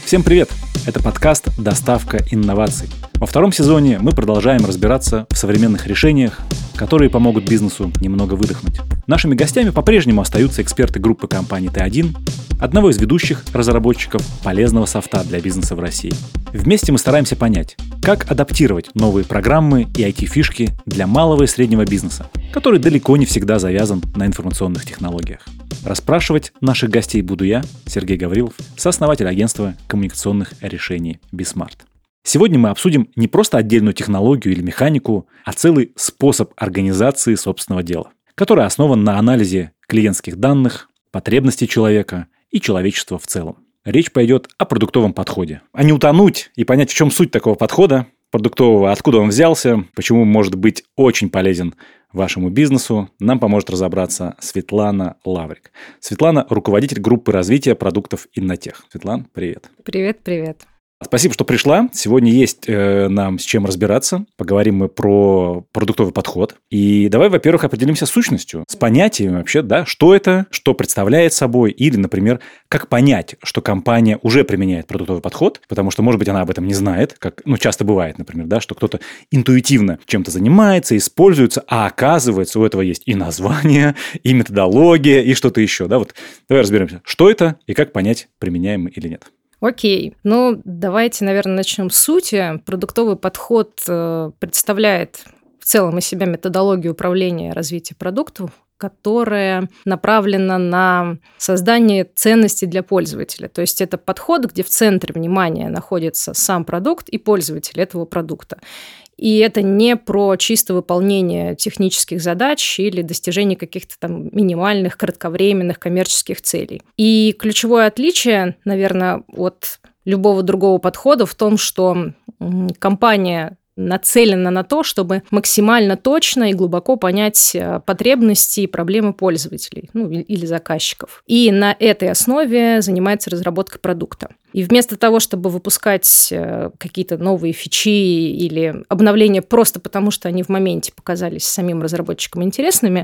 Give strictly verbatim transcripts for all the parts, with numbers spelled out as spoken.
Всем привет! Это подкаст «Доставка инноваций». Во втором сезоне мы продолжаем разбираться в современных решениях, которые помогут бизнесу немного выдохнуть. Нашими гостями по-прежнему остаются эксперты группы компании Т один, одного из ведущих разработчиков полезного софта для бизнеса в России. Вместе мы стараемся понять, как адаптировать новые программы и ай ти-фишки для малого и среднего бизнеса, который далеко не всегда завязан на информационных технологиях. Расспрашивать наших гостей буду я, Сергей Гаврилов, сооснователь агентства коммуникационных решений BeSmart. Сегодня мы обсудим не просто отдельную технологию или механику, а целый способ организации собственного дела, который основан на анализе клиентских данных, потребностей человека и человечества в целом. Речь пойдет о продуктовом подходе. А не утонуть и понять, в чем суть такого подхода продуктового, откуда он взялся, почему может быть очень полезен вашему бизнесу, нам поможет разобраться Светлана Лаврик. Светлана – руководитель группы развития продуктов Иннотех. Светлана, привет. Привет, привет. Спасибо, что пришла. Сегодня есть э, нам с чем разбираться. Поговорим мы про продуктовый подход. И давай, во-первых, определимся с сущностью, с понятием вообще, да, что это, что представляет собой, или, например, как понять, что компания уже применяет продуктовый подход, потому что, может быть, она об этом не знает, как, ну, часто бывает, например, да, что кто-то интуитивно чем-то занимается, используется, а оказывается, у этого есть и название, и методология, и что-то еще, да, вот давай разберемся, что это и как понять, применяем мы или нет. Окей, ну давайте, наверное, начнем с сути. Продуктовый подход представляет в целом из себя методологию управления развитием продуктов, которая направлена на создание ценности для пользователя. То есть это подход, где в центре внимания находится сам продукт и пользователь этого продукта. И это не про чисто выполнение технических задач или достижение каких-то там минимальных, кратковременных коммерческих целей. И ключевое отличие, наверное, от любого другого подхода в том, что компания нацелена на то, чтобы максимально точно и глубоко понять потребности и проблемы пользователей, ну, или заказчиков. И на этой основе занимается разработкой продукта. И вместо того, чтобы выпускать какие-то новые фичи или обновления просто потому, что они в моменте показались самим разработчикам интересными,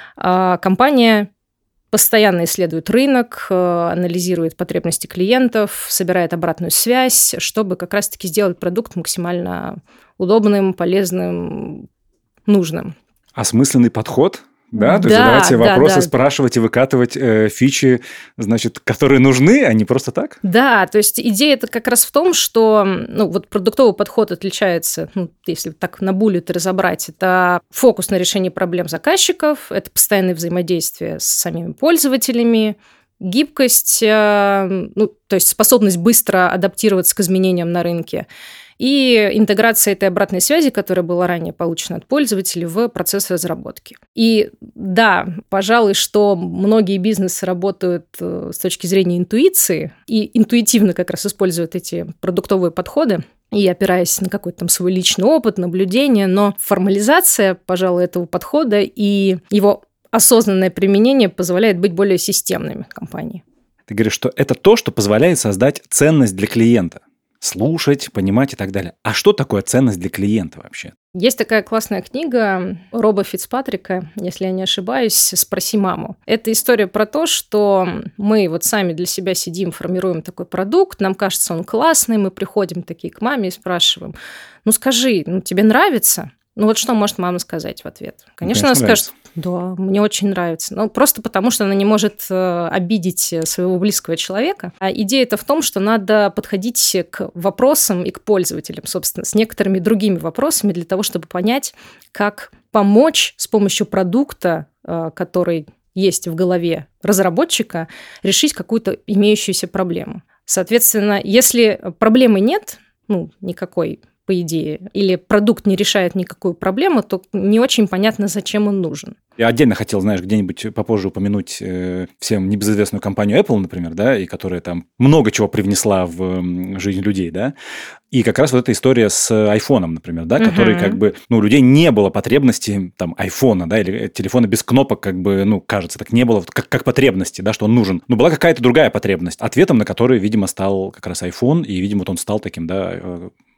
компания постоянно исследует рынок, анализирует потребности клиентов, собирает обратную связь, чтобы как раз-таки сделать продукт максимально удобным, полезным, нужным. Осмысленный подход, да? То да, есть задавать себе да, вопросы, да. спрашивать и выкатывать э, фичи, значит, которые нужны, а не просто так? Да, то есть идея это как раз в том, что ну, вот продуктовый подход отличается, ну, если так на буллеты разобрать, это фокус на решении проблем заказчиков, это постоянное взаимодействие с самими пользователями, гибкость, э, ну, то есть способность быстро адаптироваться к изменениям на рынке, и интеграция этой обратной связи, которая была ранее получена от пользователей в процесс разработки. И да, пожалуй, что многие бизнесы работают с точки зрения интуиции и интуитивно как раз используют эти продуктовые подходы, и опираясь на какой-то там свой личный опыт, наблюдение, но формализация, пожалуй, этого подхода и его осознанное применение позволяет быть более системными компанией. Ты говоришь, что это то, что позволяет создать ценность для клиента. Слушать, понимать и так далее. А что такое ценность для клиента вообще? Есть такая классная книга Роба Фицпатрика, если я не ошибаюсь, «Спроси маму». Это история про то, что мы вот сами для себя сидим, формируем такой продукт, нам кажется, он классный, мы приходим такие к маме и спрашиваем, ну скажи, ну тебе нравится? Ну вот что может мама сказать в ответ? Конечно, ну, она нравится. скажет, да, мне очень нравится. Ну, просто потому, что она не может обидеть своего близкого человека. А идея-то в том, что надо подходить к вопросам и к пользователям, собственно, с некоторыми другими вопросами для того, чтобы понять, как помочь с помощью продукта, который есть в голове разработчика, решить какую-то имеющуюся проблему. Соответственно, если проблемы нет, ну, никакой, по идее, или продукт не решает никакую проблему, то не очень понятно, зачем он нужен. Я отдельно хотел, знаешь, где-нибудь попозже упомянуть э, всем небезызвестную компанию Apple, например, да, и которая там много чего привнесла в э, жизнь людей, да, и как раз вот эта история с айфоном, например, да, uh-huh. который как бы, ну, у людей не было потребности там айфона, да, или телефона без кнопок, как бы, ну, кажется, так не было, как, как потребности, да, что он нужен. Но была какая-то другая потребность, ответом на которую, видимо, стал как раз iPhone, и, видимо, вот он стал таким, да,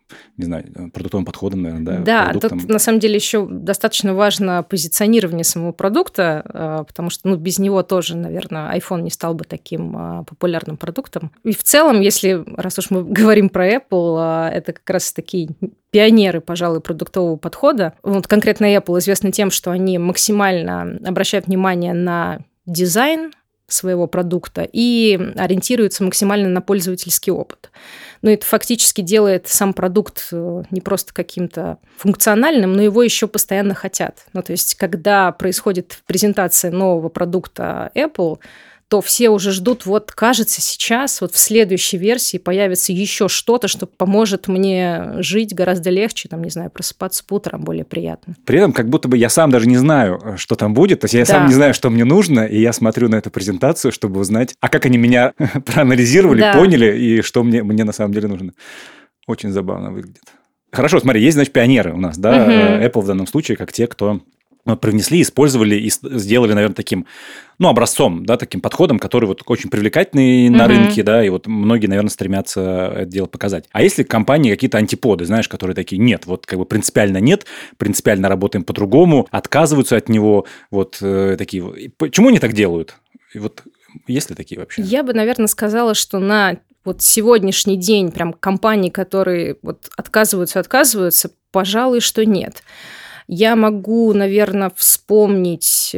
не знаю, продуктовым подходом, наверное, да? Да, тут на самом деле еще достаточно важно позиционирование самого продукта, потому что ну, без него тоже, наверное, iPhone не стал бы таким популярным продуктом. И в целом, если, раз уж мы говорим про Apple, это как раз такие пионеры, пожалуй, продуктового подхода. Вот конкретно Apple известны тем, что они максимально обращают внимание на дизайн своего продукта и ориентируются максимально на пользовательский опыт. Но это фактически делает сам продукт не просто каким-то функциональным, но его еще постоянно хотят. Ну, то есть, когда происходит презентация нового продукта Apple, то все уже ждут, вот, кажется, сейчас, вот в следующей версии появится еще что-то, что поможет мне жить гораздо легче, там, не знаю, просыпаться по утрам более приятно. При этом как будто бы я сам даже не знаю, что там будет, то есть я да. сам не знаю, что мне нужно, и я смотрю на эту презентацию, чтобы узнать, а как они меня проанализировали, да. поняли, и что мне, мне на самом деле нужно. Очень забавно выглядит. Хорошо, смотри, есть, значит, пионеры у нас, да, угу. Apple в данном случае, как те, кто... привнесли, использовали и сделали, наверное, таким, ну, образцом, да, таким подходом, который вот очень привлекательный mm-hmm. на рынке, да, и вот многие, наверное, стремятся это дело показать. А если компании какие-то антиподы, знаешь, которые такие, нет, вот как бы принципиально нет, принципиально работаем по-другому, отказываются от него, вот э, такие. Почему они так делают? И вот есть ли такие вообще? Я бы, наверное, сказала, что на вот сегодняшний день прям компании, которые вот отказываются, отказываются, пожалуй, что нет. Я могу, наверное, вспомнить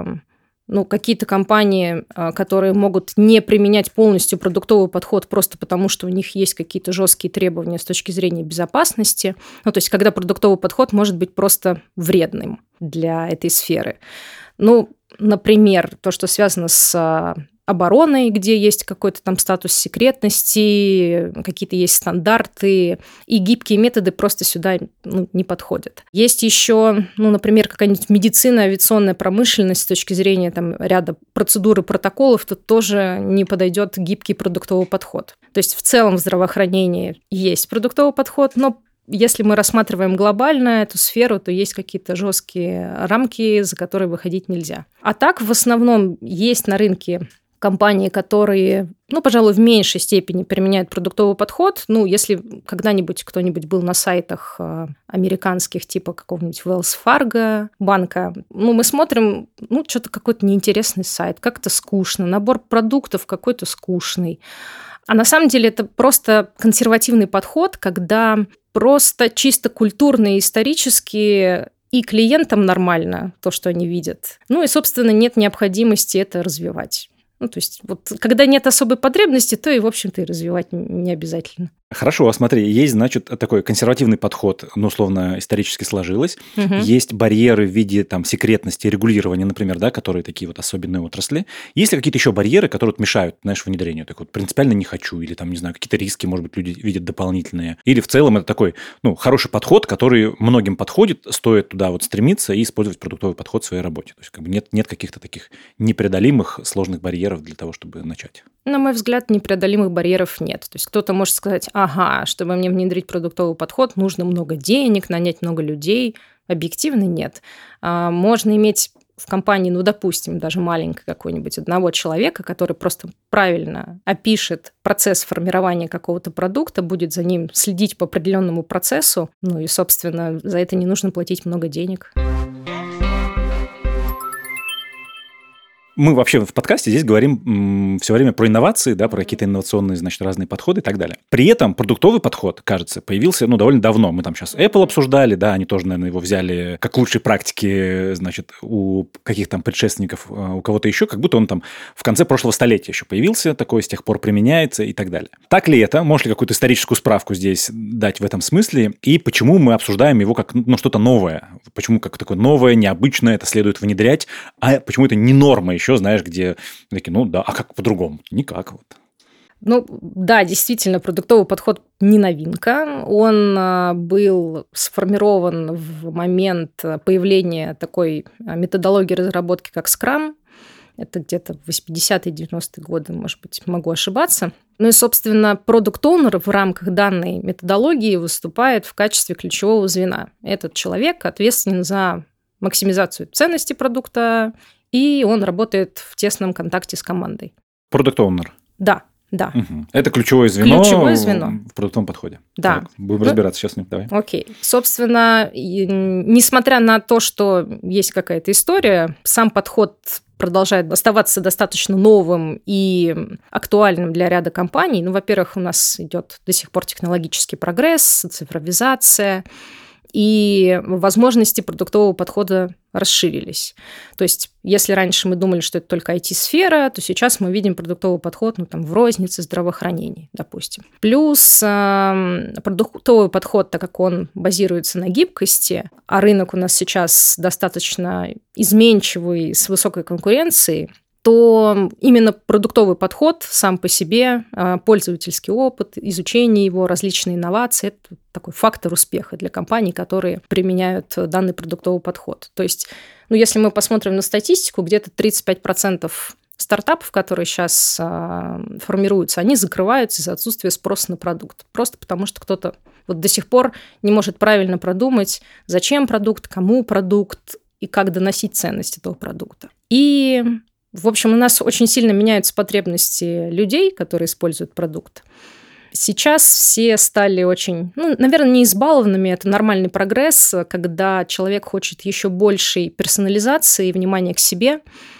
ну, какие-то компании, которые могут не применять полностью продуктовый подход просто потому, что у них есть какие-то жесткие требования с точки зрения безопасности. Ну, то есть, когда продуктовый подход может быть просто вредным для этой сферы. Ну, например, то, что связано с обороной, где есть какой-то там статус секретности, какие-то есть стандарты, и гибкие методы просто сюда ну, не подходят. Есть еще, ну, например, какая-нибудь медицина, авиационная промышленность с точки зрения там, ряда процедур и протоколов, тут тоже не подойдет гибкий продуктовый подход. То есть в целом в здравоохранении есть продуктовый подход, но если мы рассматриваем глобально эту сферу, то есть какие-то жесткие рамки, за которые выходить нельзя. А так, в основном, есть на рынке компании, которые, ну, пожалуй, в меньшей степени применяют продуктовый подход. Ну, если когда-нибудь кто-нибудь был на сайтах американских, типа какого-нибудь Wells Fargo банка, ну, мы смотрим, ну, что-то какой-то неинтересный сайт, как-то скучно, набор продуктов какой-то скучный. А на самом деле это просто консервативный подход, когда просто чисто культурно и исторически и клиентам нормально то, что они видят. Ну и, собственно, нет необходимости это развивать. Ну, то есть, вот, когда нет особой потребности, то и, в общем-то, и развивать не обязательно. Хорошо, смотри, есть, значит, такой консервативный подход, ну, условно, исторически сложилось. Угу. Есть барьеры в виде там секретности, регулирования, например, да, которые такие вот особенные отрасли. Есть ли какие-то еще барьеры, которые вот мешают, знаешь, внедрению? Так вот, принципиально не хочу, или там, не знаю, какие-то риски, может быть, люди видят дополнительные. Или в целом это такой, ну, хороший подход, который многим подходит, стоит туда вот стремиться и использовать продуктовый подход в своей работе. То есть, как бы нет, нет каких-то таких непреодолимых сложных барьеров для того, чтобы начать. На мой взгляд, непреодолимых барьеров нет. То есть кто-то может сказать, ага, чтобы мне внедрить продуктовый подход, нужно много денег, нанять много людей. Объективно нет. Можно иметь в компании, ну, допустим, даже маленькой какой-нибудь одного человека, который просто правильно опишет процесс формирования какого-то продукта, будет за ним следить по определенному процессу, ну и, собственно, за это не нужно платить много денег. Мы вообще в подкасте здесь говорим м, все время про инновации, да, про какие-то инновационные, значит, разные подходы и так далее. При этом продуктовый подход, кажется, появился, ну, довольно давно. Мы там сейчас Apple обсуждали, да, они тоже, наверное, его взяли как лучшие практики, значит, у каких-то там предшественников, у кого-то еще, как будто он там в конце прошлого столетия еще появился, такой с тех пор применяется и так далее. Так ли это? Можешь ли какую-то историческую справку здесь дать в этом смысле? И почему мы обсуждаем его как, ну, что-то новое? Почему как такое новое, необычное, это следует внедрять, а почему это не норма еще, знаешь, где такие, ну да, а как по-другому? Никак вот. Ну да, действительно, продуктовый подход не новинка. Он был сформирован в момент появления такой методологии разработки, как Scrum. Это где-то восьмидесятые-девяностые годы, может быть, могу ошибаться. Ну и, собственно, продукт-оунер в рамках данной методологии выступает в качестве ключевого звена. Этот человек ответственен за максимизацию ценности продукта, и он работает в тесном контакте с командой. Продукт-оунер. Да, Да. Угу. Это ключевое звено, ключевое звено в продуктовом подходе. Да. Так, будем разбираться сейчас с ним. Давай. Окей. Собственно, несмотря на то, что есть какая-то история, сам подход продолжает оставаться достаточно новым и актуальным для ряда компаний. Ну, во-первых, у нас идет до сих пор технологический прогресс, цифровизация, и возможности продуктового подхода расширились. То есть, если раньше мы думали, что это только ай ти-сфера, то сейчас мы видим продуктовый подход, ну, там, в рознице, здравоохранении, допустим. Плюс э, продуктовый подход, так как он базируется на гибкости, а рынок у нас сейчас достаточно изменчивый, с высокой конкуренцией, то именно продуктовый подход сам по себе, пользовательский опыт, изучение его, различные инновации – это такой фактор успеха для компаний, которые применяют данный продуктовый подход. То есть, ну, если мы посмотрим на статистику, где-то тридцать пять процентов стартапов, которые сейчас а, формируются, они закрываются из-за отсутствия спроса на продукт. Просто потому, что кто-то вот до сих пор не может правильно продумать, зачем продукт, кому продукт и как доносить ценность этого продукта. И в общем, у нас очень сильно меняются потребности людей, которые используют продукт. Сейчас все стали очень, ну, наверное, не избалованными, это нормальный прогресс, когда человек хочет еще большей персонализации и внимания к себе.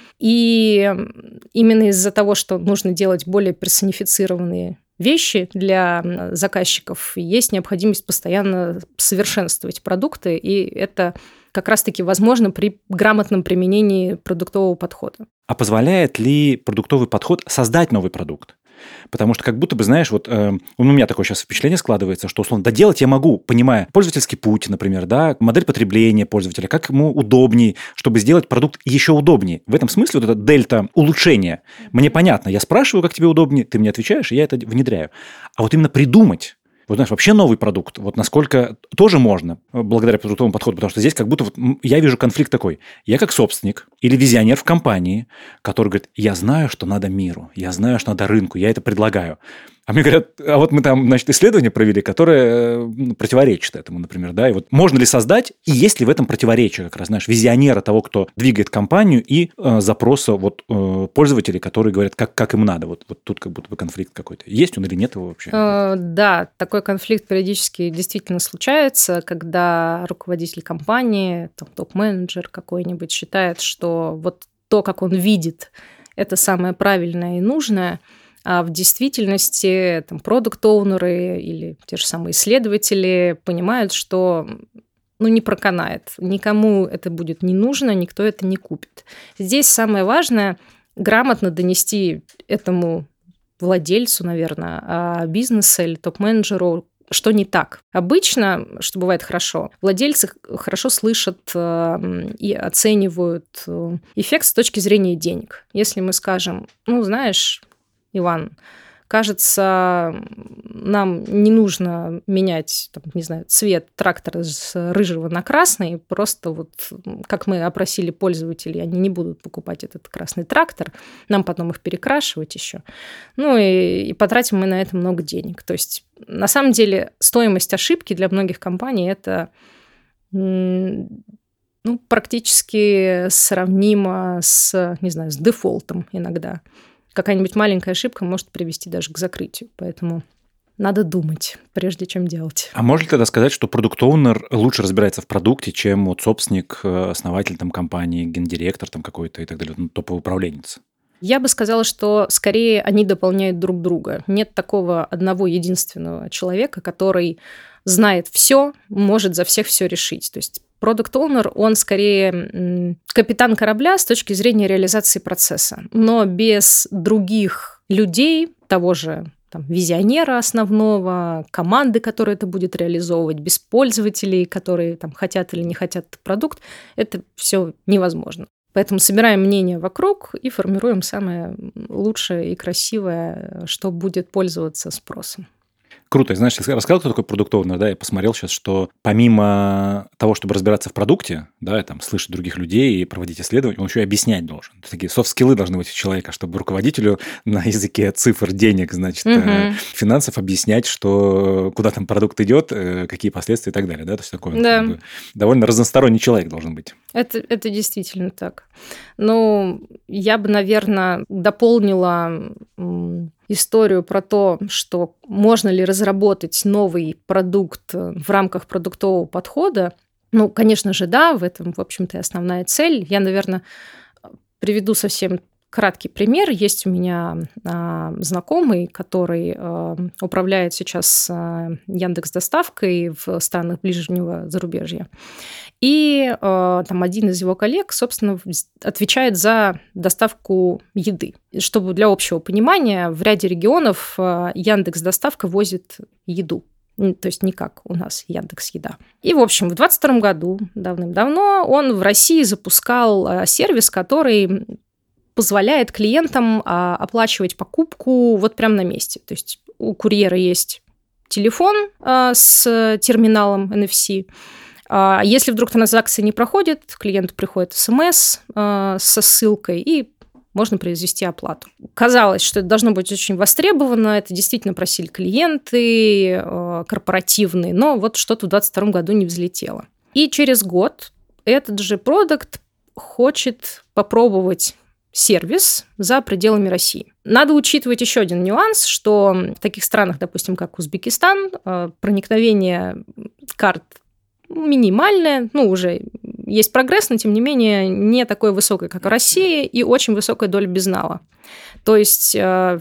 И именно из-за того, что нужно делать более персонифицированные вещи для заказчиков, есть необходимость постоянно совершенствовать продукты, и это как раз-таки возможно при грамотном применении продуктового подхода. А позволяет ли продуктовый подход создать новый продукт? Потому что как будто бы, знаешь, вот э, у меня такое сейчас впечатление складывается, что, условно, доделать я могу, понимая пользовательский путь, например, да, модель потребления пользователя, как ему удобнее, чтобы сделать продукт еще удобнее. В этом смысле вот эта дельта улучшения. Мне понятно, я спрашиваю, как тебе удобнее, ты мне отвечаешь, и я это внедряю. А вот именно придумать, вот, знаешь, вообще новый продукт, вот насколько тоже можно благодаря продуктовому подходу, потому что здесь как будто вот я вижу конфликт такой. Я как собственник или визионер в компании, который говорит, я знаю, что надо миру, я знаю, что надо рынку, я это предлагаю. А мне говорят, а вот мы там, значит, исследование провели, которое ну, противоречит этому, например, да, и вот можно ли создать, и есть ли в этом противоречие, как раз, знаешь, визионера того, кто двигает компанию, и э, запроса вот э, пользователей, которые говорят, как, как им надо, вот, вот тут как будто бы конфликт какой-то. Есть он или нет его вообще? Э, да, такой конфликт периодически действительно случается, когда руководитель компании, там, топ-менеджер какой-нибудь считает, что вот то, как он видит, это самое правильное и нужное, а в действительности там продукт-оунеры или те же самые исследователи понимают, что ну, не проканает. Никому это будет не нужно, никто это не купит. Здесь самое важное – грамотно донести этому владельцу, наверное, бизнеса или топ-менеджеру, что не так. Обычно, что бывает хорошо, владельцы хорошо слышат и оценивают эффект с точки зрения денег. Если мы скажем, ну, знаешь, Иван, кажется, нам не нужно менять, там, не знаю, цвет трактора с рыжего на красный, просто вот, как мы опросили пользователей, они не будут покупать этот красный трактор, нам потом их перекрашивать еще. Ну и, и потратим мы на это много денег. То есть, на самом деле, стоимость ошибки для многих компаний – это ну, практически сравнимо с, не знаю, с дефолтом иногда. Какая-нибудь маленькая ошибка может привести даже к закрытию. Поэтому надо думать, прежде чем делать. А можно ли тогда сказать, что продукт-оунер лучше разбирается в продукте, чем вот собственник, основатель там, компании, гендиректор там, какой-то и так далее, ну, топовый управленец? Я бы сказала, что скорее они дополняют друг друга. Нет такого одного единственного человека, который знает все, может за всех все решить. То есть продукт-оунер, он скорее капитан корабля с точки зрения реализации процесса. Но без других людей, того же там, визионера основного, команды, которая это будет реализовывать, без пользователей, которые там, хотят или не хотят этот продукт, это все невозможно. Поэтому собираем мнение вокруг и формируем самое лучшее и красивое, что будет пользоваться спросом. Круто. Знаешь, я рассказал, кто такой продукт-оунер, да, я посмотрел сейчас, что помимо того, чтобы разбираться в продукте, да, и, там, слышать других людей и проводить исследования, он еще и объяснять должен. Такие софт-скиллы должны быть у человека, чтобы руководителю на языке цифр, денег, значит, угу. финансов объяснять, что куда там продукт идет, какие последствия и так далее. Да? То есть такой да. как бы, довольно разносторонний человек должен быть. Это, это действительно так. Ну, я бы, наверное, дополнила историю про то, что можно ли разработать новый продукт в рамках продуктового подхода, ну, конечно же, да, в этом, в общем-то, и основная цель. Я, наверное, приведу совсем краткий пример. Есть у меня а, знакомый, который а, управляет сейчас а, Яндекс.Доставкой в странах ближнего зарубежья. И а, там один из его коллег, собственно, отвечает за доставку еды. Чтобы для общего понимания, в ряде регионов а, Яндекс.Доставка возит еду. То есть не как у нас Яндекс.Еда. И, в общем, в двадцать втором году, давным-давно, он в России запускал а, сервис, который позволяет клиентам а, оплачивать покупку вот прямо на месте. То есть у курьера есть телефон а, с терминалом эн эф си. А если вдруг транзакция не проходит, клиенту приходит смс а, со ссылкой, и можно произвести оплату. Казалось, что это должно быть очень востребовано, это действительно просили клиенты а, корпоративные, но вот что-то в двадцать втором году не взлетело. И через год этот же продукт хочет попробовать сервис за пределами России. Надо учитывать еще один нюанс, что в таких странах, допустим, как Узбекистан, проникновение карт минимальное, ну, уже есть прогресс, но, тем не менее, не такое высокое, как в России, и очень высокая доля безнала. То есть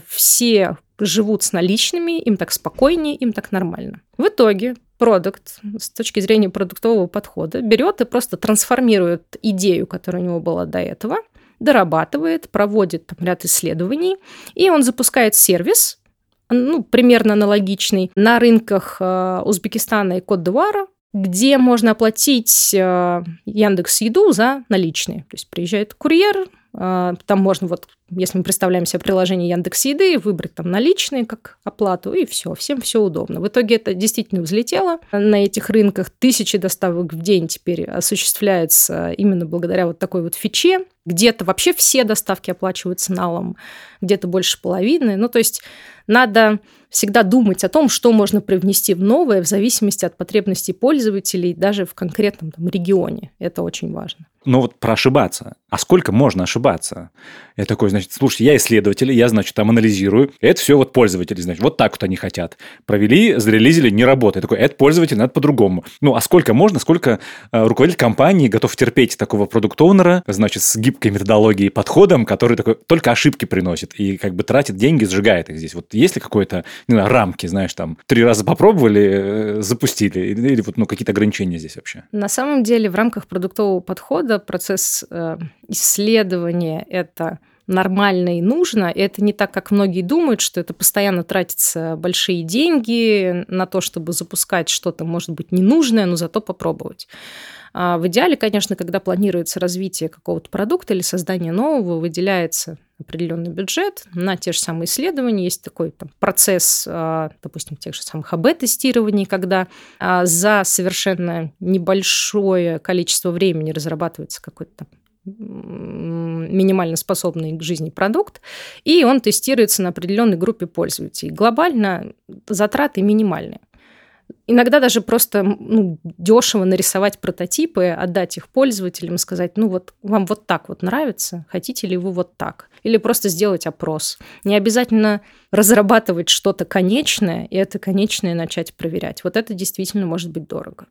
все живут с наличными, им так спокойнее, им так нормально. В итоге продукт с точки зрения продуктового подхода берет и просто трансформирует идею, которая у него была до этого, дорабатывает, проводит там ряд исследований, и он запускает сервис, ну, примерно аналогичный, на рынках э, Узбекистана и Кот-д'Ивуара, где можно оплатить э, Яндекс.Еду за наличные. То есть приезжает курьер, э, там можно, вот, если мы представляем себе приложение Яндекс.Еды, выбрать там наличные как оплату, и все, всем все удобно. В итоге это действительно взлетело. На этих рынках тысячи доставок в день теперь осуществляются именно благодаря вот такой вот фиче. Где-то вообще все доставки оплачиваются налом, где-то больше половины. Ну, то есть надо всегда думать о том, что можно привнести в новое в зависимости от потребностей пользователей даже в конкретном там регионе. Это очень важно. Ну вот про ошибаться. А сколько можно ошибаться? Я такой, значит, слушайте, я исследователь, я, значит, там анализирую. Это все вот пользователи, значит, вот так вот они хотят. Провели, зарелизили, не работает. Я такой, это пользователь, надо по-другому. Ну, а сколько можно, сколько э, руководитель компании готов терпеть такого продукт-оунера, значит, с гибкой методологией и подходом, который такой только ошибки приносит и как бы тратит деньги, сжигает их здесь. Вот есть ли какое-то, не знаю, рамки, знаешь, там, три раза попробовали, э, запустили, или, или вот, ну, какие-то ограничения здесь вообще? На самом деле в рамках продуктового подхода процесс э, исследования – это нормально и нужно. И это не так, как многие думают, что это постоянно тратятся большие деньги на то, чтобы запускать что-то, может быть, ненужное, но зато попробовать. А в идеале, конечно, когда планируется развитие какого-то продукта или создание нового, выделяется определенный бюджет на те же самые исследования. Есть такой там, процесс, допустим, тех же самых эй би-тестирований, когда за совершенно небольшое количество времени разрабатывается какой-то там минимально способный к жизни продукт, и он тестируется на определенной группе пользователей. Глобально затраты минимальные. Иногда даже просто ну, дешево нарисовать прототипы, отдать их пользователям, сказать, ну вот вам вот так вот нравится, хотите ли вы вот так? Или просто сделать опрос. Не обязательно разрабатывать что-то конечное, и это конечное начать проверять. Вот это действительно может быть дорого.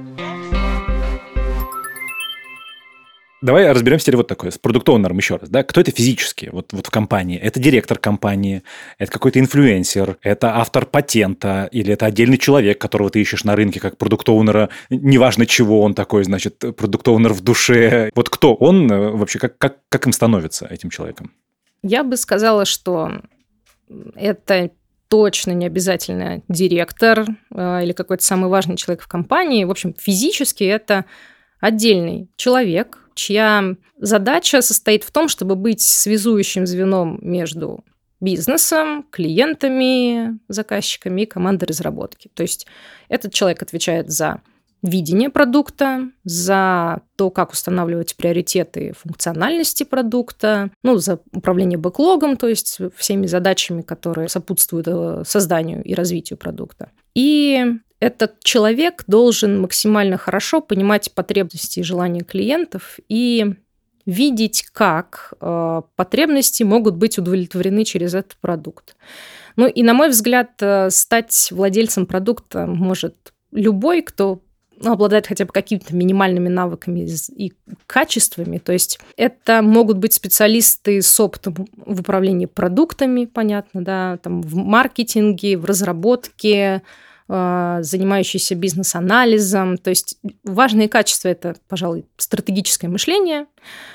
Давай разберемся теперь вот такое, с продукт-оунером еще раз. Да? Кто это физически вот, вот в компании? Это директор компании, это какой-то инфлюенсер, это автор патента, или это отдельный человек, которого ты ищешь на рынке как продукт-оунера, неважно чего он такой, значит, продукт-оунер в душе. Вот кто он вообще, как, как, как им становится, этим человеком? Я бы сказала, что это точно не обязательно директор э, или какой-то самый важный человек в компании. В общем, физически это отдельный человек, чья задача состоит в том, чтобы быть связующим звеном между бизнесом, клиентами, заказчиками и командой разработки. То есть этот человек отвечает за видение продукта, за то, как устанавливать приоритеты функциональности продукта, ну, за управление бэклогом, то есть всеми задачами, которые сопутствуют созданию и развитию продукта. И этот человек должен максимально хорошо понимать потребности и желания клиентов и видеть, как э, потребности могут быть удовлетворены через этот продукт. Ну и, на мой взгляд, э, стать владельцем продукта может любой, кто ну, обладает хотя бы какими-то минимальными навыками и качествами. То есть это могут быть специалисты с опытом в управлении продуктами, понятно, да, там, в маркетинге, в разработке, э, занимающиеся бизнес-анализом. То есть важные качества – это, пожалуй, стратегическое мышление,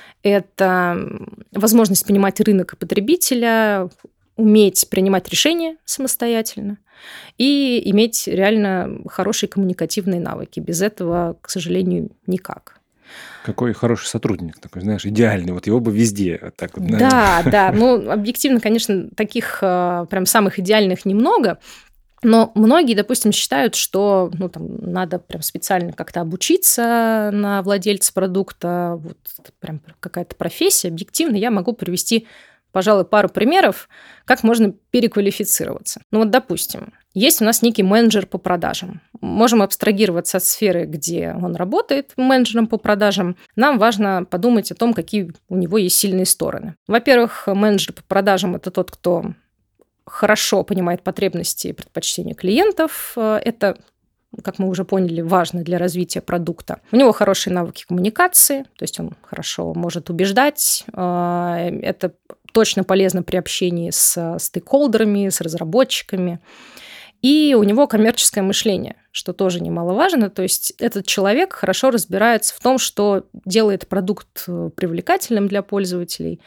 это возможность понимать рынок и потребителя, уметь принимать решения самостоятельно и иметь реально хорошие коммуникативные навыки. Без этого, к сожалению, никак. Какой хороший сотрудник такой, знаешь, идеальный. Вот его бы везде так вот. Да, да. Ну, объективно, конечно, таких прям самых идеальных немного. Но многие, допустим, считают, что ну, там, надо прям специально как-то обучиться на владельца продукта. Вот это прям какая-то профессия. Объективно я могу привести, пожалуй, пару примеров, как можно переквалифицироваться. Ну вот, допустим, есть у нас некий менеджер по продажам. Можем абстрагироваться от сферы, где он работает менеджером по продажам. Нам важно подумать о том, какие у него есть сильные стороны. Во-первых, менеджер по продажам – это тот, кто хорошо понимает потребности и предпочтения клиентов. Это, как мы уже поняли, важно для развития продукта. У него хорошие навыки коммуникации, то есть он хорошо может убеждать. Это точно полезно при общении с стейкхолдерами, с разработчиками. И у него коммерческое мышление, что тоже немаловажно. То есть этот человек хорошо разбирается в том, что делает продукт привлекательным для пользователей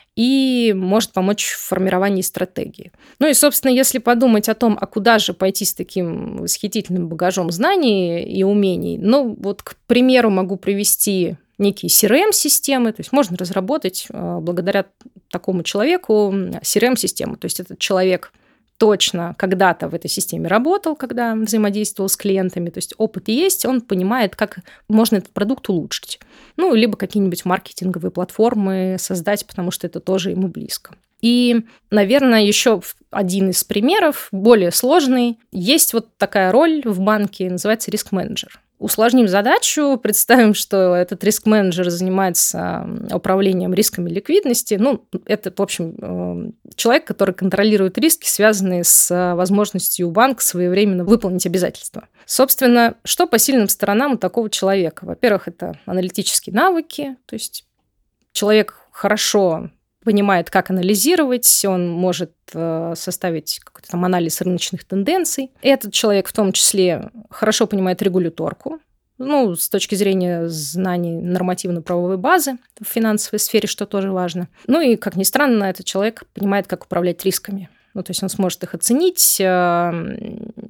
и может помочь в формировании стратегии. Ну и, собственно, если подумать о том, а куда же пойти с таким восхитительным багажом знаний и умений, ну вот, к примеру, могу привести некие си ар эм-системы, то есть можно разработать благодаря такому человеку си ар эм-систему. То есть этот человек точно когда-то в этой системе работал, когда взаимодействовал с клиентами, то есть опыт есть, он понимает, как можно этот продукт улучшить. Ну, либо какие-нибудь маркетинговые платформы создать, потому что это тоже ему близко. И, наверное, еще один из примеров, более сложный. Есть вот такая роль в банке, называется риск-менеджер. Усложним задачу, представим, что этот риск-менеджер занимается управлением рисками ликвидности. Ну, это, в общем, человек, который контролирует риски, связанные с возможностью у банка своевременно выполнить обязательства. Собственно, что по сильным сторонам у такого человека? Во-первых, это аналитические навыки, то есть человек хорошо понимает, как анализировать, он может э, составить какой-то там анализ рыночных тенденций. Этот человек в том числе хорошо понимает регуляторку, ну, с точки зрения знаний нормативно-правовой базы в финансовой сфере, что тоже важно. Ну и, как ни странно, этот человек понимает, как управлять рисками. Ну, то есть он сможет их оценить э,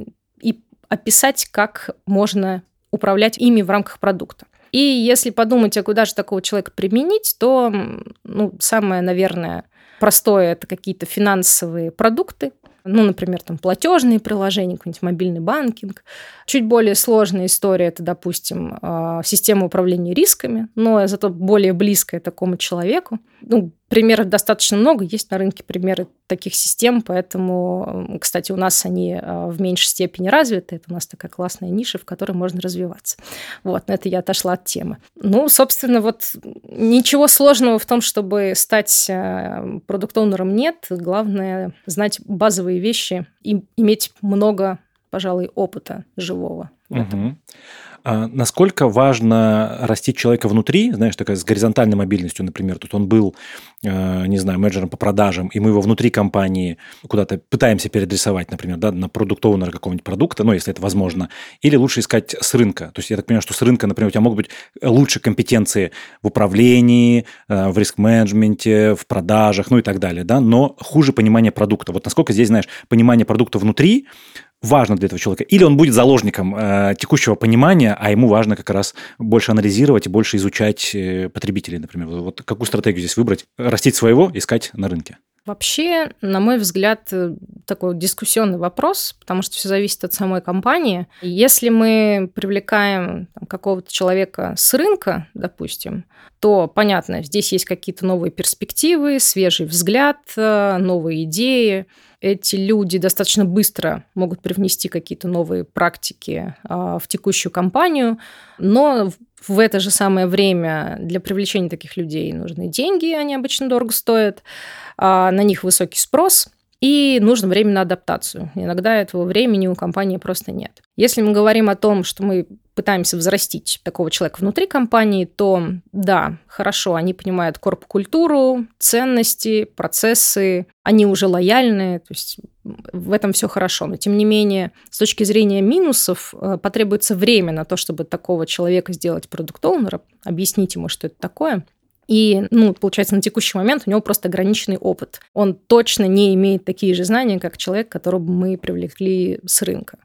и описать, как можно управлять ими в рамках продукта. И если подумать, а куда же такого человека применить, то ну, самое, наверное, простое – это какие-то финансовые продукты, ну, например, там, платежные приложения, какой-нибудь мобильный банкинг. Чуть более сложная история – это, допустим, система управления рисками, но зато более близкая такому человеку. Ну, примеров достаточно много, есть на рынке примеры таких систем, поэтому, кстати, у нас они в меньшей степени развиты, это у нас такая классная ниша, в которой можно развиваться. Вот, но это я отошла от темы. Ну, собственно, вот ничего сложного в том, чтобы стать продукт-оунером нет, главное знать базовые вещи и иметь много, пожалуй, опыта живого. Угу. А насколько важно растить человека внутри, знаешь, такая с горизонтальной мобильностью, например, тут он был, не знаю, менеджером по продажам, и мы его внутри компании куда-то пытаемся переадресовать, например, да, на продукт-оунера какого-нибудь продукта, ну, если это возможно, или лучше искать с рынка. То есть я так понимаю, что с рынка, например, у тебя могут быть лучше компетенции в управлении, в риск-менеджменте, в продажах, ну и так далее, да, но хуже понимание продукта. Вот насколько здесь, знаешь, понимание продукта внутри важно для этого человека? Или он будет заложником э, текущего понимания, а ему важно как раз больше анализировать и больше изучать э, потребителей, например? Вот какую стратегию здесь выбрать? Растить своего, искать на рынке? Вообще, на мой взгляд, такой дискуссионный вопрос, потому что все зависит от самой компании. Если мы привлекаем там, какого-то человека с рынка, допустим, то, понятно, здесь есть какие-то новые перспективы, свежий взгляд, новые идеи. Эти люди достаточно быстро могут привнести какие-то новые практики в текущую компанию, но В это же самое время для привлечения таких людей нужны деньги, они обычно дорого стоят, а на них высокий спрос, и нужно время на адаптацию. Иногда этого времени у компании просто нет. Если мы говорим о том, что мы пытаемся взрастить такого человека внутри компании, то да, хорошо, они понимают корп-культуру, ценности, процессы, они уже лояльны, то есть в этом все хорошо. Но тем не менее, с точки зрения минусов, потребуется время на то, чтобы такого человека сделать продукт-оунером, объяснить ему, что это такое. И, ну, получается, на текущий момент у него просто ограниченный опыт. Он точно не имеет такие же знания, как человек, которого мы привлекли с рынка.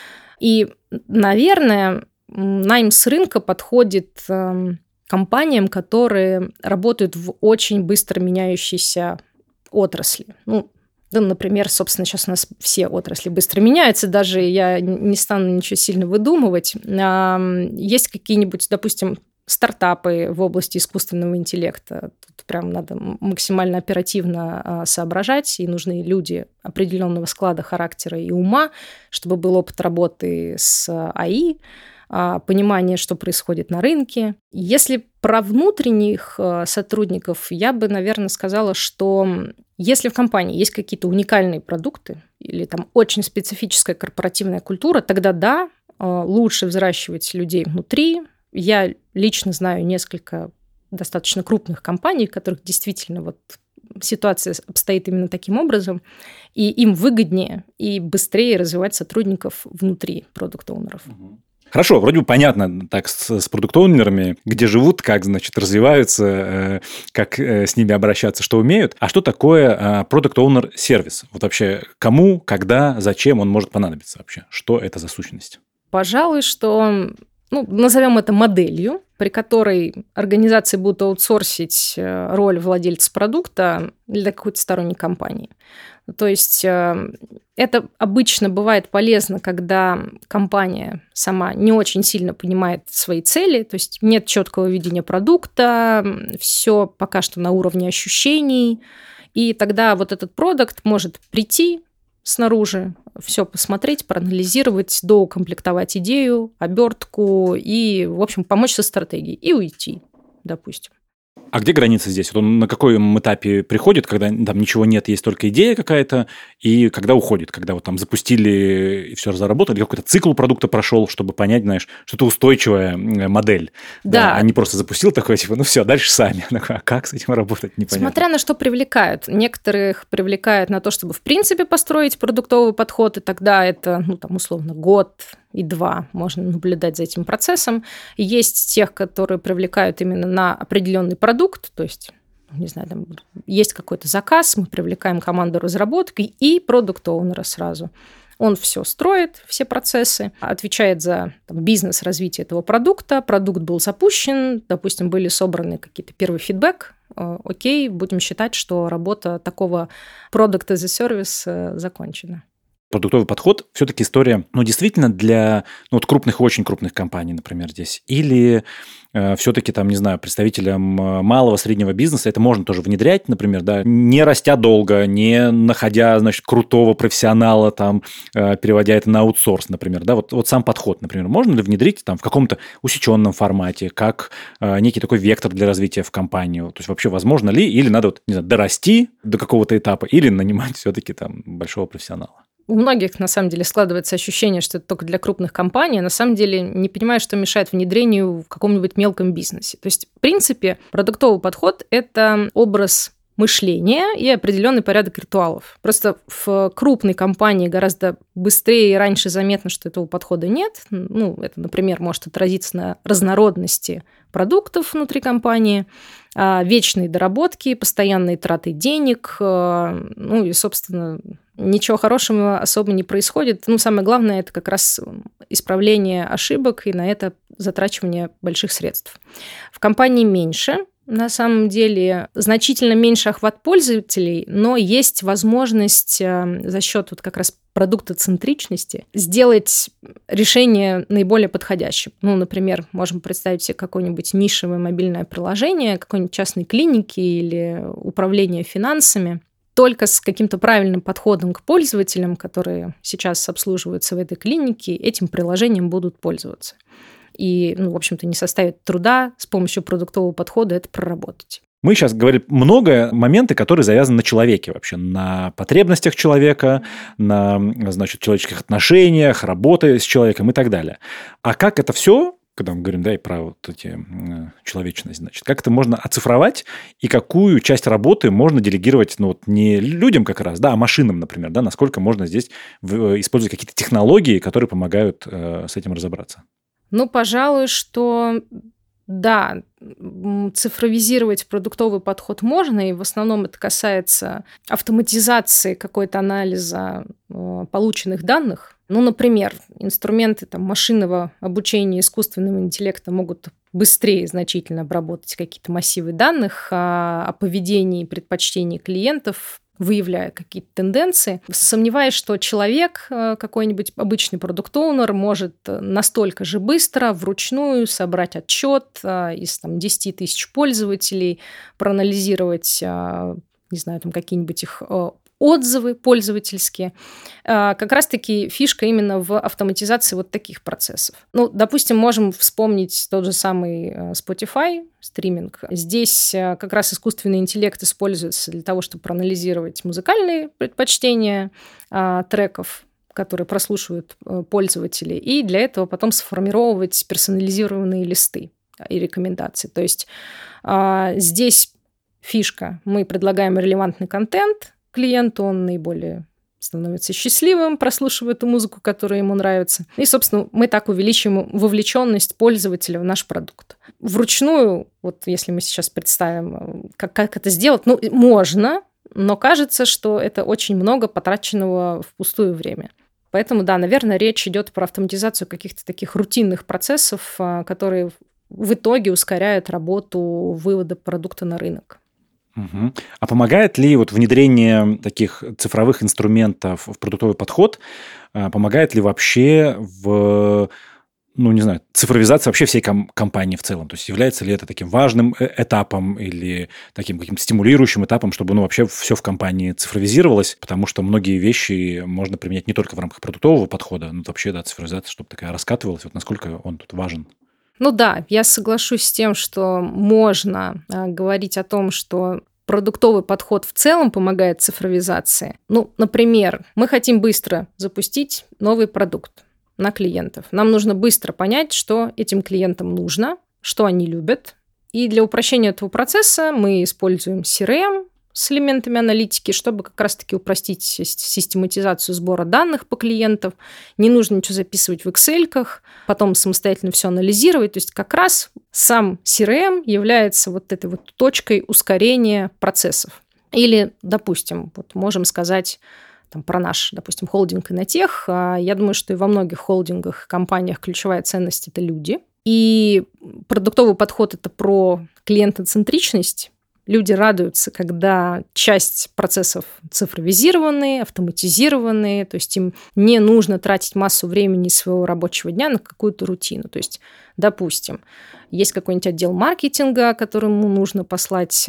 И, наверное, найм с рынка подходит э, компаниям, которые работают в очень быстро меняющейся отрасли. Ну, да, например, собственно, сейчас у нас все отрасли быстро меняются, даже я не стану ничего сильно выдумывать. Э, есть какие-нибудь, допустим, стартапы в области искусственного интеллекта. Тут прям надо максимально оперативно соображать, и нужны люди определенного склада характера и ума, чтобы был опыт работы с эй ай, понимание, что происходит на рынке. Если про внутренних сотрудников, я бы, наверное, сказала, что если в компании есть какие-то уникальные продукты или там очень специфическая корпоративная культура, тогда да, лучше взращивать людей внутри. Я лично знаю несколько достаточно крупных компаний, в которых действительно вот ситуация обстоит именно таким образом, и им выгоднее и быстрее развивать сотрудников внутри продукт-оунеров. Хорошо, вроде бы понятно так с, с продукт-оунерами, где живут, как, значит, развиваются, э, как э, с ними обращаться, что умеют. А что такое продукт-оунер-сервис? Вот вообще кому, когда, зачем он может понадобиться вообще? Что это за сущность? Пожалуй, что... Ну, назовем это моделью, при которой организации будут аутсорсить роль владельца продукта для какой-то сторонней компании. То есть это обычно бывает полезно, когда компания сама не очень сильно понимает свои цели, то есть нет четкого видения продукта, все пока что на уровне ощущений, и тогда вот этот продукт может прийти снаружи, все посмотреть, проанализировать, доукомплектовать идею, обертку и, в общем, помочь со стратегией и уйти, допустим. А где граница здесь? Вот он на каком этапе приходит, когда там ничего нет, есть только идея какая-то, и когда уходит, когда вот там запустили и все заработали, какой-то цикл продукта прошел, чтобы понять, знаешь, что это устойчивая модель. Да. Да, а не просто запустил такое, типа, ну все, дальше сами. А как с этим работать, непонятно. Смотря на что привлекают. Некоторых привлекают на то, чтобы в принципе построить продуктовый подход, и тогда это, ну там, условно, год и два можно наблюдать за этим процессом. Есть тех, которые привлекают именно на определенный продукт, то есть, не знаю, там есть какой-то заказ, мы привлекаем команду разработки и продукт-оунера сразу. Он все строит, все процессы, отвечает за там, бизнес развития этого продукта. Продукт был запущен, допустим, были собраны какие-то первый фидбэк. Окей, будем считать, что работа такого Product as a Service закончена. Продуктовый подход все-таки история, ну, действительно для ну, вот крупных, очень крупных компаний, например, здесь, или э, все-таки там, не знаю, представителям малого, среднего бизнеса это можно тоже внедрять, например, да, не растя долго, не находя, значит, крутого профессионала, там, э, переводя это на аутсорс, например, да, вот, вот сам подход, например, можно ли внедрить там в каком-то усеченном формате, как э, некий такой вектор для развития в компанию, то есть вообще возможно ли, или надо, вот, не знаю, дорасти до какого-то этапа, или нанимать все-таки там большого профессионала? У многих, на самом деле, складывается ощущение, что это только для крупных компаний, а на самом деле не понимают, что мешает внедрению в каком-нибудь мелком бизнесе. То есть, в принципе, продуктовый подход – это образ мышления и определенный порядок ритуалов. Просто в крупной компании гораздо быстрее и раньше заметно, что этого подхода нет. Ну, это, например, может отразиться на разнородности продуктов внутри компании, вечные доработки, постоянные траты денег, ну и, собственно, ничего хорошего особо не происходит. Ну, самое главное – это как раз исправление ошибок и на это затрачивание больших средств. В компании меньше, на самом деле, значительно меньше охват пользователей, но есть возможность за счет вот как раз продуктоцентричности сделать решение наиболее подходящим. Ну, например, можем представить себе какое-нибудь нишевое мобильное приложение, какой-нибудь частной клиники или управление финансами. Только с каким-то правильным подходом к пользователям, которые сейчас обслуживаются в этой клинике, этим приложением будут пользоваться. и, ну, в общем-то, не составит труда с помощью продуктового подхода это проработать. Мы сейчас говорим много моменты, которые завязаны на человеке вообще, на потребностях человека, на, значит, человеческих отношениях, работе с человеком и так далее. А как это все, когда мы говорим, да, и про вот эти человечность, значит, как это можно оцифровать и какую часть работы можно делегировать, ну, вот не людям как раз, да, а машинам, например, да, насколько можно здесь использовать какие-то технологии, которые помогают э, с этим разобраться? Ну, пожалуй, что... Да, цифровизировать продуктовый подход можно, и в основном это касается автоматизации какой-то анализа э, полученных данных. Ну, например, инструменты там, машинного обучения искусственного интеллекта могут быстрее значительно обработать какие-то массивы данных о, о поведении и предпочтении клиентов, выявляя какие-то тенденции. Сомневаюсь, что человек, какой-нибудь обычный продукт-оунер, может настолько же быстро вручную собрать отчет из там, десять тысяч пользователей, проанализировать, не знаю, там какие-нибудь их отзывы пользовательские. Как раз-таки фишка именно в автоматизации вот таких процессов. Ну, допустим, можем вспомнить тот же самый Spotify, стриминг. Здесь как раз искусственный интеллект используется для того, чтобы проанализировать музыкальные предпочтения треков, которые прослушивают пользователи, и для этого потом сформировать персонализированные листы и рекомендации. То есть здесь фишка. Мы предлагаем релевантный контент клиенту, он наиболее становится счастливым, прослушивая эту музыку, которая ему нравится. И, собственно, мы так увеличим вовлеченность пользователя в наш продукт. Вручную, вот если мы сейчас представим, как, как это сделать, ну, можно, но кажется, что это очень много потраченного впустую время. Поэтому, да, наверное, речь идет про автоматизацию каких-то таких рутинных процессов, которые в итоге ускоряют работу вывода продукта на рынок. Угу. А помогает ли вот внедрение таких цифровых инструментов в продуктовый подход, помогает ли вообще в, ну, не знаю, цифровизация вообще всей ком- компании в целом? То есть является ли это таким важным этапом или таким каким-то стимулирующим этапом, чтобы, ну, вообще все в компании цифровизировалось? Потому что многие вещи можно применять не только в рамках продуктового подхода, но вообще, да, цифровизация, чтобы такая раскатывалась. Вот насколько он тут важен? Ну да, я соглашусь с тем, что можно а, говорить о том, что продуктовый подход в целом помогает цифровизации. Ну, например, мы хотим быстро запустить новый продукт на клиентов. Нам нужно быстро понять, что этим клиентам нужно, что они любят. И для упрощения этого процесса мы используем си ар эм с элементами аналитики, чтобы как раз-таки упростить систематизацию сбора данных по клиентам. Не нужно ничего записывать в Excel-ках, потом самостоятельно все анализировать. То есть как раз сам си ар эм является вот этой вот точкой ускорения процессов. Или, допустим, вот можем сказать там, про наш, допустим, холдинг Иннотех. Я думаю, что и во многих холдингах, компаниях ключевая ценность – это люди. И продуктовый подход – это про клиентоцентричность. Люди радуются, когда часть процессов цифровизированы, автоматизированы, то есть им не нужно тратить массу времени своего рабочего дня на какую-то рутину. То есть, допустим, есть какой-нибудь отдел маркетинга, которому нужно послать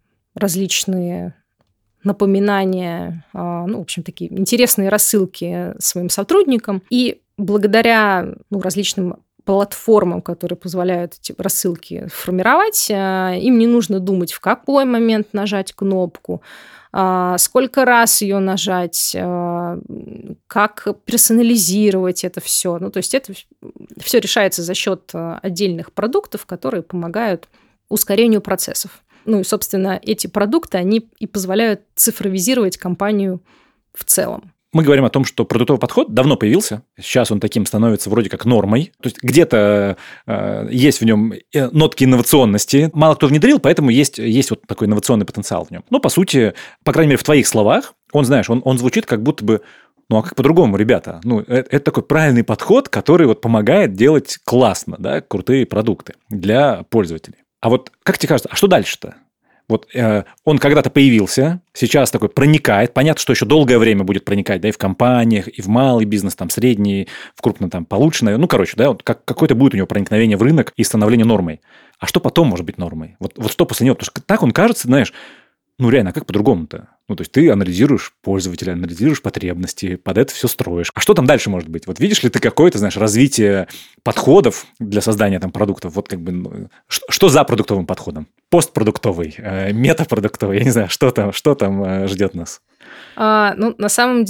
различные напоминания, ну, в общем, такие интересные рассылки своим сотрудникам. И благодаря ну, различным платформам, которые позволяют эти рассылки формировать, им не нужно думать, в какой момент нажать кнопку, сколько раз ее нажать, как персонализировать это все. Ну, то есть это все решается за счет отдельных продуктов, которые помогают ускорению процессов. Ну и, собственно, эти продукты, они и позволяют цифровизировать компанию в целом. Мы говорим о том, что продуктовый подход давно появился. Сейчас он таким становится вроде как нормой. То есть где-то э, есть в нем нотки инновационности. Мало кто внедрил, поэтому есть, есть вот такой инновационный потенциал в нем. Но, по сути, по крайней мере, в твоих словах, он, знаешь, он, он звучит как будто бы, ну, а как по-другому, ребята? Ну, это, это такой правильный подход, который вот помогает делать классно, да, крутые продукты для пользователей. А вот как тебе кажется, а что дальше-то? Вот э, он когда-то появился, сейчас такой проникает. Понятно, что еще долгое время будет проникать, да, и в компаниях, и в малый бизнес, там, средний, в крупно там получше. Ну, короче, да, вот как, какое-то будет у него проникновение в рынок и становление нормой. А что потом может быть нормой? Вот, вот что после него? Потому что так он кажется, знаешь, Ну, реально, а как по-другому-то? Ну, то есть ты анализируешь пользователя, анализируешь потребности, под это все строишь. А что там дальше может быть? Вот видишь ли ты какое-то, знаешь, развитие подходов для создания там продуктов? Вот как бы, ну, что, что за продуктовым подходом? Постпродуктовый, э, метапродуктовый, я не знаю, что там, что там э, ждет нас? А, ну, на самом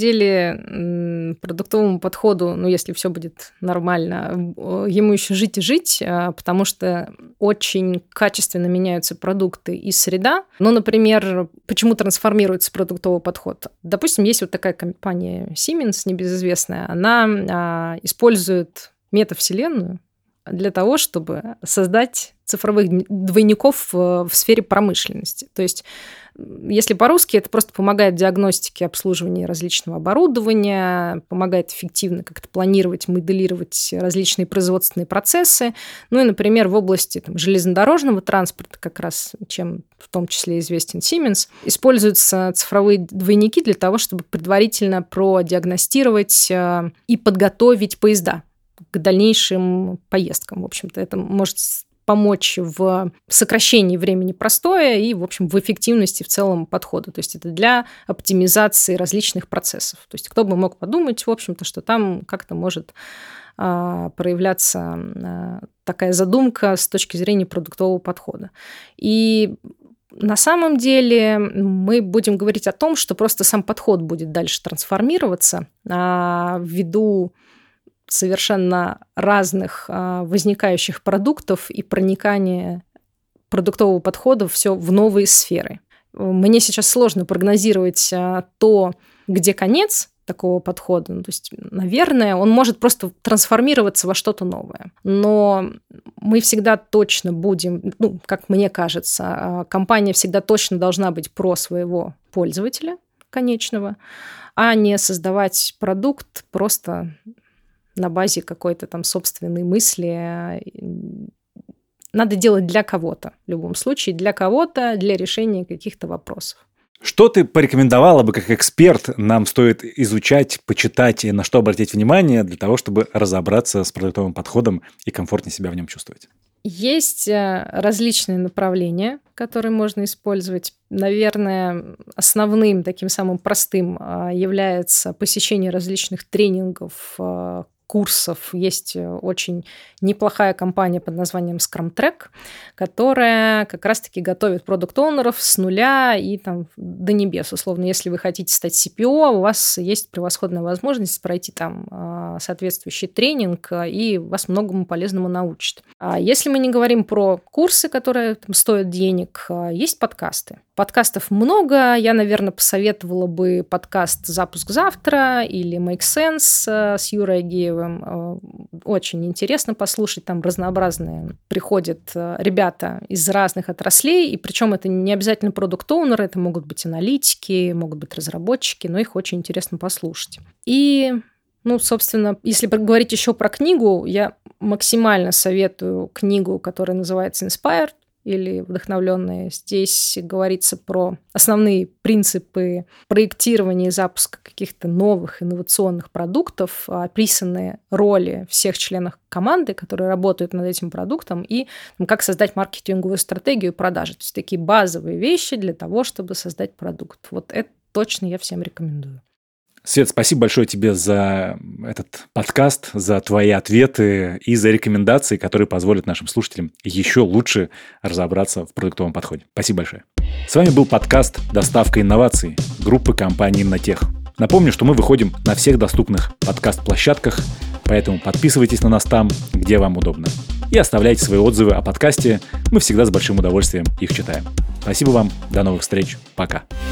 деле, продуктовому подходу, ну, если все будет нормально, ему еще жить и жить, потому что очень качественно меняются продукты и среда. Ну, например, почему трансформируется продуктовый подход? Допустим, есть вот такая компания Siemens, небезызвестная, она а, использует метавселенную для того, чтобы создать цифровых двойников в, в сфере промышленности. То есть, если по-русски, это просто помогает в диагностике, обслуживании различного оборудования, помогает эффективно как-то планировать, моделировать различные производственные процессы. Ну и, например, в области там, железнодорожного транспорта, как раз чем в том числе известен Siemens, используются цифровые двойники для того, чтобы предварительно продиагностировать и подготовить поезда к дальнейшим поездкам. В общем-то, это может помочь в сокращении времени простоя и, в общем, в эффективности в целом подхода. То есть это для оптимизации различных процессов. То есть кто бы мог подумать, в общем-то, что там как-то может а, проявляться а, такая задумка с точки зрения продуктового подхода. И на самом деле мы будем говорить о том, что просто сам подход будет дальше трансформироваться а, ввиду совершенно разных а, возникающих продуктов и проникания продуктового подхода все в новые сферы. Мне сейчас сложно прогнозировать а, то, где конец такого подхода. Ну, то есть, наверное, он может просто трансформироваться во что-то новое. Но мы всегда точно будем, ну, как мне кажется, компания всегда точно должна быть про своего пользователя конечного, а не создавать продукт просто на базе какой-то там собственной мысли. Надо делать для кого-то, в любом случае, для кого-то, для решения каких-то вопросов. Что ты порекомендовала бы как эксперт нам стоит изучать, почитать и на что обратить внимание для того, чтобы разобраться с продуктовым подходом и комфортнее себя в нем чувствовать? Есть различные направления, которые можно использовать. Наверное, основным, таким самым простым является посещение различных тренингов, курсов. Есть очень неплохая компания под названием Scrum Track, которая как раз-таки готовит продукт-оунеров с нуля и там до небес. Условно, если вы хотите стать си пи о, у вас есть превосходная возможность пройти там соответствующий тренинг, и вас многому полезному научат. А если мы не говорим про курсы, которые там стоят денег, есть подкасты. Подкастов много. Я, наверное, посоветовала бы подкаст «Запуск завтра» или «Make Sense» с Юрой Агеевым. Очень интересно послушать. Там разнообразные приходят ребята из разных отраслей, и причем это не обязательно продукт-оунеры, это могут быть аналитики, могут быть разработчики, но их очень интересно послушать. И, ну, собственно, если говорить еще про книгу, я максимально советую книгу, которая называется «Inspired», или вдохновленные. Здесь говорится про основные принципы проектирования и запуска каких-то новых инновационных продуктов, описанные роли всех членов команды, которые работают над этим продуктом, и там, как создать маркетинговую стратегию и продажи. То есть такие базовые вещи для того, чтобы создать продукт. Вот это точно я всем рекомендую. Свет, спасибо большое тебе за этот подкаст, за твои ответы и за рекомендации, которые позволят нашим слушателям еще лучше разобраться в продуктовом подходе. Спасибо большое. С вами был подкаст «Доставка инноваций» группы компании «Иннотех». Напомню, что мы выходим на всех доступных подкаст-площадках, поэтому подписывайтесь на нас там, где вам удобно. И оставляйте свои отзывы о подкасте. Мы всегда с большим удовольствием их читаем. Спасибо вам. До новых встреч. Пока.